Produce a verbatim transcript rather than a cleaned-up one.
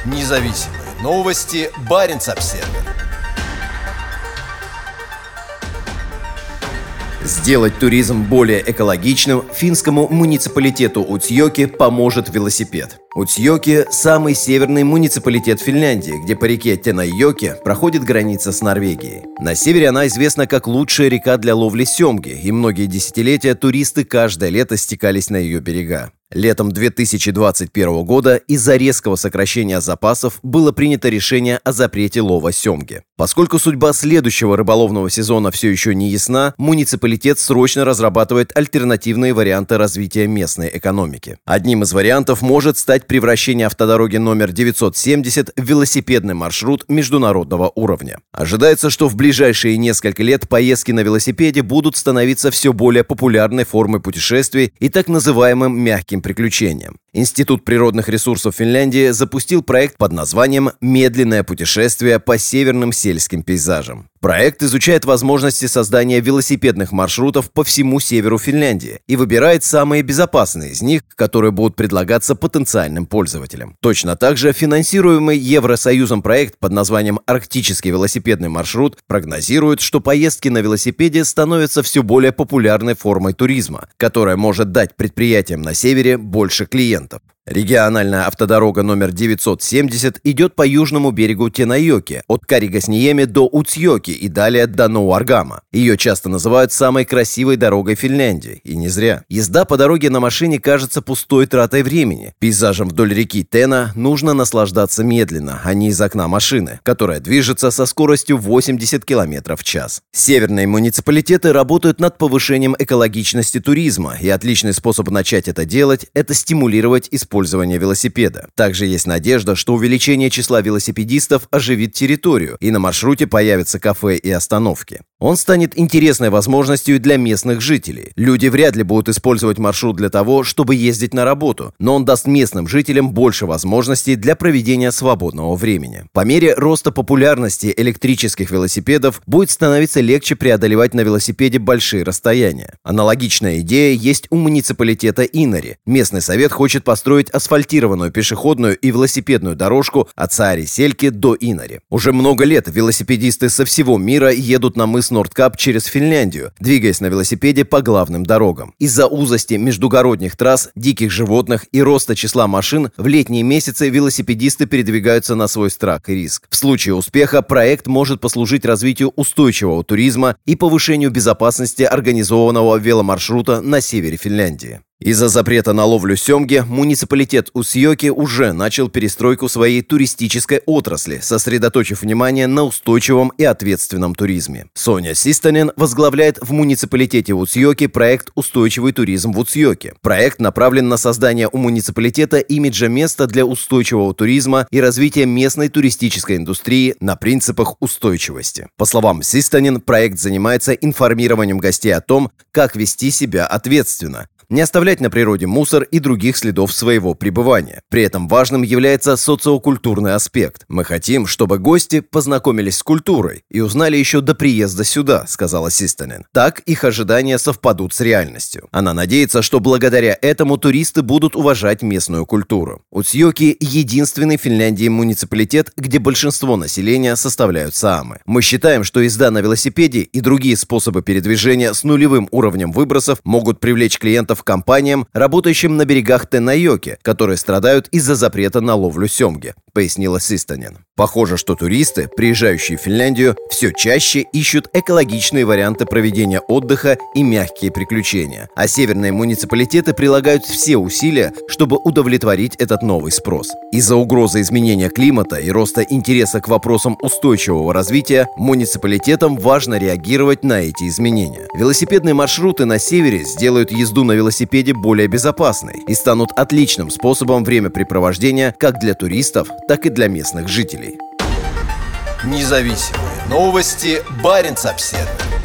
Независимые новости. Баренц-Обсервер. Сделать туризм более экологичным финскому муниципалитету Утсьоки поможет велосипед. Утсьоки – самый северный муниципалитет Финляндии, где по реке Тенайоки проходит граница с Норвегией. На севере она известна как лучшая река для ловли семги, и многие десятилетия туристы каждое лето стекались на ее берега. Летом две тысячи двадцать первого года из-за резкого сокращения запасов было принято решение о запрете лова семги. Поскольку судьба следующего рыболовного сезона все еще не ясна, муниципалитет срочно разрабатывает альтернативные варианты развития местной экономики. Одним из вариантов может стать превращение автодороги номер девятьсот семьдесят в велосипедный маршрут международного уровня. Ожидается, что в ближайшие несколько лет поездки на велосипеде будут становиться все более популярной формой путешествий и так называемым мягким приключениям. Институт природных ресурсов Финляндии запустил проект под названием «Медленное путешествие по северным сельским пейзажам». Проект изучает возможности создания велосипедных маршрутов по всему северу Финляндии и выбирает самые безопасные из них, которые будут предлагаться потенциальным пользователям. Точно так же финансируемый Евросоюзом проект под названием «Арктический велосипедный маршрут» прогнозирует, что поездки на велосипеде становятся все более популярной формой туризма, которая может дать предприятиям на севере больше клиентов. Региональная автодорога номер девятьсот семьдесят идет по южному берегу Тенайоки, от Каригасниеми до Утсьоки и далее до Ноуаргама. Ее часто называют самой красивой дорогой Финляндии, и не зря. Езда по дороге на машине кажется пустой тратой времени. Пейзажем вдоль реки Тена нужно наслаждаться медленно, а не из окна машины, которая движется со скоростью восемьдесят километров в час. Северные муниципалитеты работают над повышением экологичности туризма, и отличный способ начать это делать – это стимулировать использование использования велосипеда. Также есть надежда, что увеличение числа велосипедистов оживит территорию, и на маршруте появятся кафе и остановки. Он станет интересной возможностью для местных жителей. Люди вряд ли будут использовать маршрут для того, чтобы ездить на работу, но он даст местным жителям больше возможностей для проведения свободного времени. По мере роста популярности электрических велосипедов будет становиться легче преодолевать на велосипеде большие расстояния. Аналогичная идея есть у муниципалитета Инари. Местный совет хочет построить асфальтированную пешеходную и велосипедную дорожку от Саари-Сельки до Инари. Уже много лет велосипедисты со всего мира едут на мыс Нордкап через Финляндию, двигаясь на велосипеде по главным дорогам. Из-за узости междугородних трасс, диких животных и роста числа машин в летние месяцы велосипедисты передвигаются на свой страх и риск. В случае успеха проект может послужить развитию устойчивого туризма и повышению безопасности организованного веломаршрута на севере Финляндии. Из-за запрета на ловлю семги муниципалитет Утсьоки уже начал перестройку своей туристической отрасли, сосредоточив внимание на устойчивом и ответственном туризме. Соня Систонен возглавляет в муниципалитете Утсьоки проект «Устойчивый туризм в Утсьоке». Проект направлен на создание у муниципалитета имиджа места для устойчивого туризма и развития местной туристической индустрии на принципах устойчивости. По словам Систонен, проект занимается информированием гостей о том, как вести себя ответственно, не оставлять на природе мусор и других следов своего пребывания. При этом важным является социокультурный аспект. «Мы хотим, чтобы гости познакомились с культурой и узнали еще до приезда сюда», — сказала Систонен. Так их ожидания совпадут с реальностью. Она надеется, что благодаря этому туристы будут уважать местную культуру. Утсьоки — единственный в Финляндии муниципалитет, где большинство населения составляют саамы. Мы считаем, что езда на велосипеде и другие способы передвижения с нулевым уровнем выбросов могут привлечь клиентов компаниям, работающим на берегах Тенайоки, которые страдают из-за запрета на ловлю семги, пояснила Систонен. Похоже, что туристы, приезжающие в Финляндию, все чаще ищут экологичные варианты проведения отдыха и мягкие приключения, а северные муниципалитеты прилагают все усилия, чтобы удовлетворить этот новый спрос. Из-за угрозы изменения климата и роста интереса к вопросам устойчивого развития муниципалитетам важно реагировать на эти изменения. Велосипедные маршруты на севере сделают езду на велосипеде более безопасной и станут отличным способом времяпрепровождения как для туристов, так и для местных жителей. Независимые новости. Баренц-Обсервер.